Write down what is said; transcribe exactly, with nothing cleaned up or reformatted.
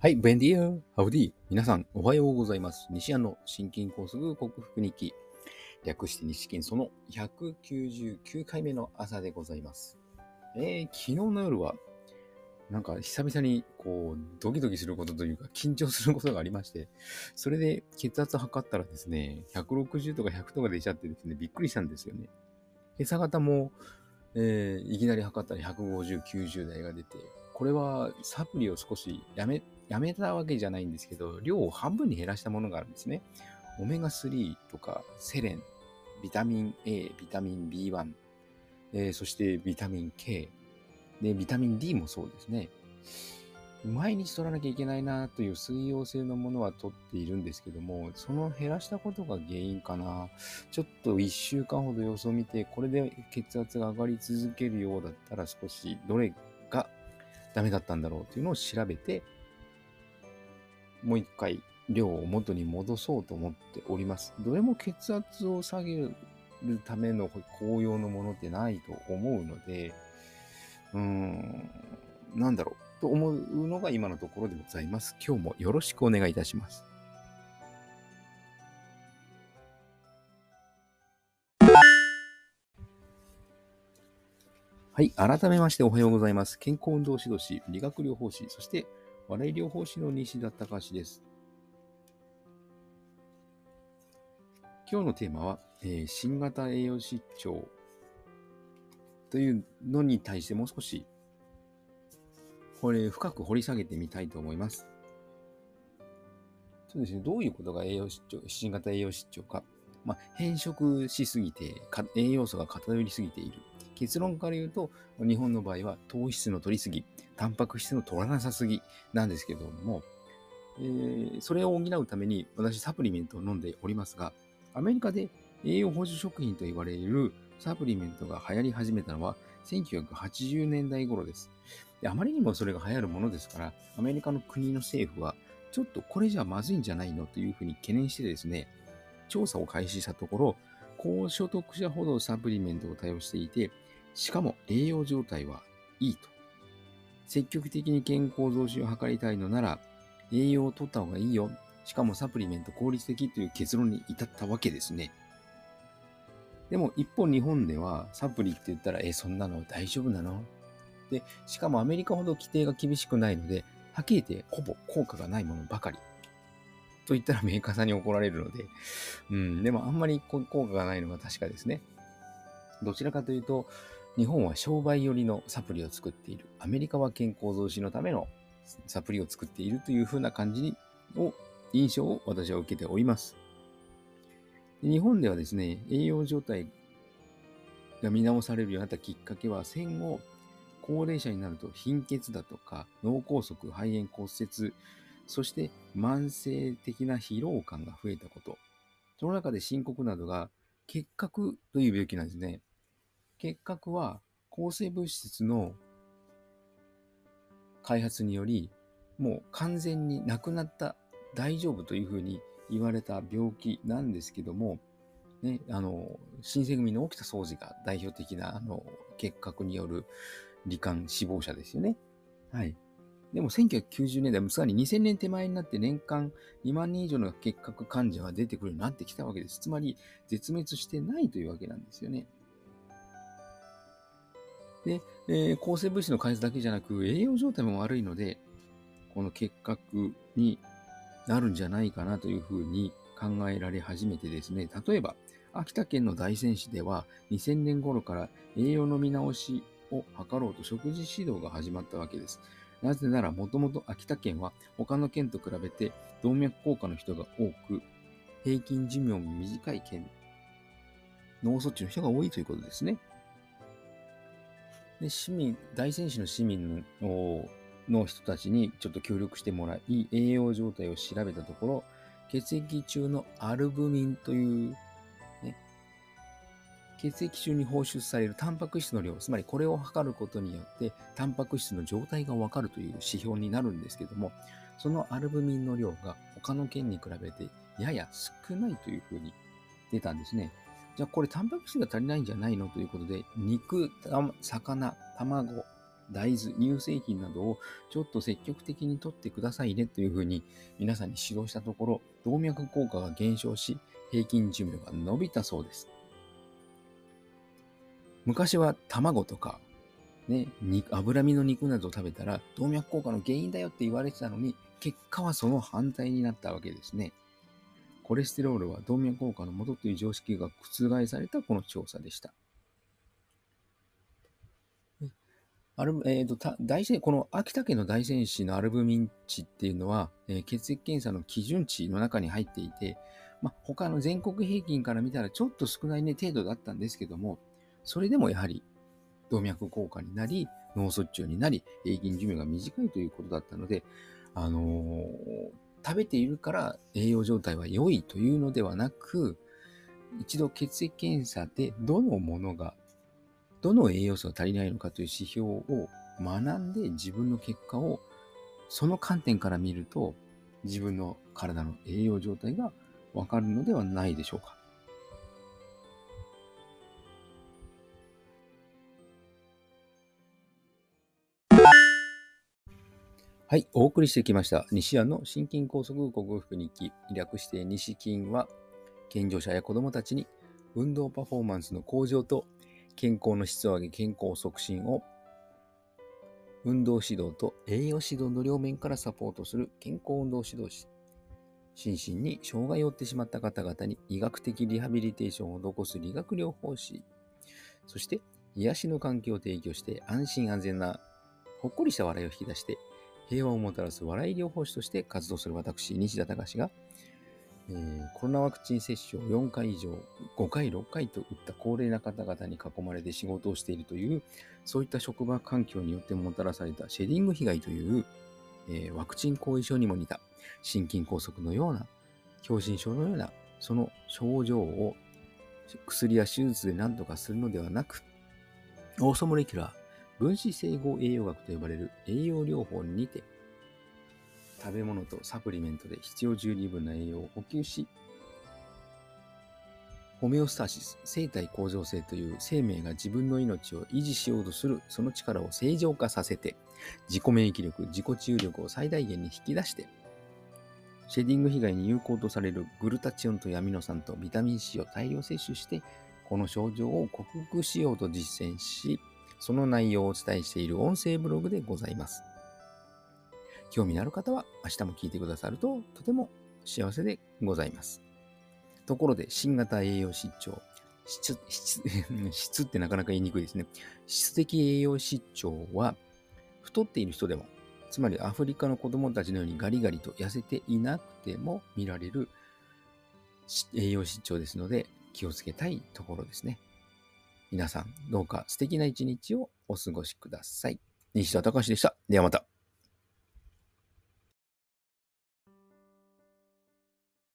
はい、ベンディア、ハウディ。皆さん、おはようございます。西安の心筋梗塞克服日記。略して西筋そのひゃくきゅうじゅうきゅうかいめの朝でございます。えー、昨日の夜は、なんか久々にこう、ドキドキすることというか、緊張することがありまして、それで血圧測ったらですね、ひゃくろくじゅうとかひゃくとか出ちゃってですね、びっくりしたんですよね。今朝方も、えー、いきなり測ったらひゃくごじゅう、きゅうじゅう台が出て、これはサプリを少しやめ、やめたわけじゃないんですけど、量を半分に減らしたものがあるんですね。オメガスリーとかセレン、ビタミン A、ビタミン ビーワン、えー、そしてビタミン K、で、ビタミン D もそうですね。毎日取らなきゃいけないなという水溶性のものは取っているんですけども、その減らしたことが原因かな。ちょっといっしゅうかんほど様子を見て、これで血圧が上がり続けるようだったら少しどれがダメだったんだろうというのを調べて、もう一回量を元に戻そうと思っております。どれも血圧を下げるための効用のものってないと思うので、うーん、なんだろうと思うのが今のところでございます。今日もよろしくお願いいたします。はい、改めましておはようございます。健康運動指導士、理学療法士、そして笑い療法士の西田隆です。今日のテーマは、えー、新型栄養失調というのに対してもう少しこれ深く掘り下げてみたいと思います。そうですね、どういうことが栄養失調、新型栄養失調か。まあ、変色しすぎて栄養素が偏りすぎている。結論から言うと、日本の場合は糖質の取りすぎ、タンパク質の取らなさすぎなんですけども、えー、それを補うために私サプリメントを飲んでおりますが、アメリカで栄養補助食品と言われるサプリメントが流行り始めたのはせんきゅうひゃくはちじゅうねんだい頃です。で、あまりにもそれが流行るものですから、アメリカの国の政府は、ちょっとこれじゃまずいんじゃないのというふうに懸念してですね、調査を開始したところ、高所得者ほどサプリメントを多用していて、しかも栄養状態はいいと。積極的に健康増進を図りたいのなら、栄養を取った方がいいよ。しかもサプリメント効率的という結論に至ったわけですね。でも一方日本ではサプリって言ったら、え、そんなの大丈夫なの？で、しかもアメリカほど規定が厳しくないので、はっきり言ってほぼ効果がないものばかり。と言ったらメーカーさんに怒られるので、うん、でもあんまり効果がないのが確かですね。どちらかというと、日本は商売寄りのサプリを作っている。アメリカは健康増進のためのサプリを作っているという風な感じに、を印象を私は受けております。日本ではですね、栄養状態が見直されるようになったきっかけは、戦後、高齢者になると貧血だとか脳梗塞、肺炎、骨折、そして慢性的な疲労感が増えたこと。その中で深刻なのが結核という病気なんですね。結核は抗生物質の開発により、もう完全になくなった、大丈夫というふうに言われた病気なんですけども、ね、あの、新選組の沖田総司が代表的なあの結核による罹患死亡者ですよね。はい。でもせんきゅうひゃくきゅうじゅうねんだい、さらににせんねん手前になって年間にまんにん以上の結核患者が出てくるようになってきたわけです。つまり、絶滅してないというわけなんですよね。で、えー、抗生物質の開発だけじゃなく、栄養状態も悪いので、この結核になるんじゃないかなというふうに考えられ始めてですね、例えば、秋田県の大仙市ではにせんねん頃から栄養の見直しを図ろうと食事指導が始まったわけです。なぜなら、もともと秋田県は他の県と比べて動脈硬化の人が多く、平均寿命も短い県、脳卒中の人が多いということですね。で、市民、大仙市の市民のの人たちにちょっと協力してもらい、栄養状態を調べたところ、血液中のアルブミンという、ね、血液中に放出されるタンパク質の量、つまりこれを測ることによって、タンパク質の状態がわかるという指標になるんですけども、そのアルブミンの量が他の県に比べてやや少ないというふうに出たんですね。じゃあこれタンパク質が足りないんじゃないのということで、肉、魚、卵、 大豆、乳製品などをちょっと積極的にとってくださいねというふうに皆さんに指導したところ、動脈硬化が減少し、平均寿命が伸びたそうです。昔は卵とか、ね、脂身の肉などを食べたら動脈硬化の原因だよって言われてたのに、結果はその反対になったわけですね。コレステロールは動脈硬化の元という常識が覆されたこの調査でした。アルえー、と大この秋田県の大仙市のアルブミン値っていうのは、えー、血液検査の基準値の中に入っていて、まあ、他の全国平均から見たらちょっと少ないね程度だったんですけども、それでもやはり動脈硬化になり、脳卒中になり、平均寿命が短いということだったので、あのー、食べているから栄養状態は良いというのではなく、一度血液検査でどのものがどの栄養素が足りないのかという指標を学んで自分の結果をその観点から見ると自分の体の栄養状態がわかるのではないでしょうか。はい、お送りしてきました西安の心筋梗塞克服日記、略して西筋は、健常者や子どもたちに運動パフォーマンスの向上と健康の質を上げ健康促進を運動指導と栄養指導の両面からサポートする健康運動指導士。心身に障害を負ってしまった方々に医学的リハビリテーションを施す理学療法士。そして癒しの環境を提供して安心安全なほっこりした笑いを引き出して平和をもたらす笑い療法士として活動する私、西田隆が、えー、コロナワクチン接種をよんかい以上、ごかい、ろっかいと打った高齢な方々に囲まれて仕事をしているという、そういった職場環境によってもたらされたシェディング被害という、えー、ワクチン後遺症にも似た心筋梗塞のような、狭心症のような、その症状を薬や手術で何とかするのではなく、オーソモレキュラー、分子整合栄養学と呼ばれる栄養療法にて、食べ物とサプリメントで必要十二分な栄養を補給し、ホメオスタシス、生体向上性という生命が自分の命を維持しようとするその力を正常化させて、自己免疫力、自己治癒力を最大限に引き出して、シェディング被害に有効とされるグルタチオンとアミノ酸とビタミン C を大量摂取して、この症状を克服しようと実践し、その内容をお伝えしている音声ブログでございます。興味のある方は明日も聞いてくださるととても幸せでございます。ところで、新型栄養失調、質、質、質ってなかなか言いにくいですね。質的栄養失調は、太っている人でも、つまりアフリカの子供たちのようにガリガリと痩せていなくても見られる栄養失調ですので、気をつけたいところですね。皆さん、どうか素敵な一日をお過ごしください。西田隆でした。ではまた。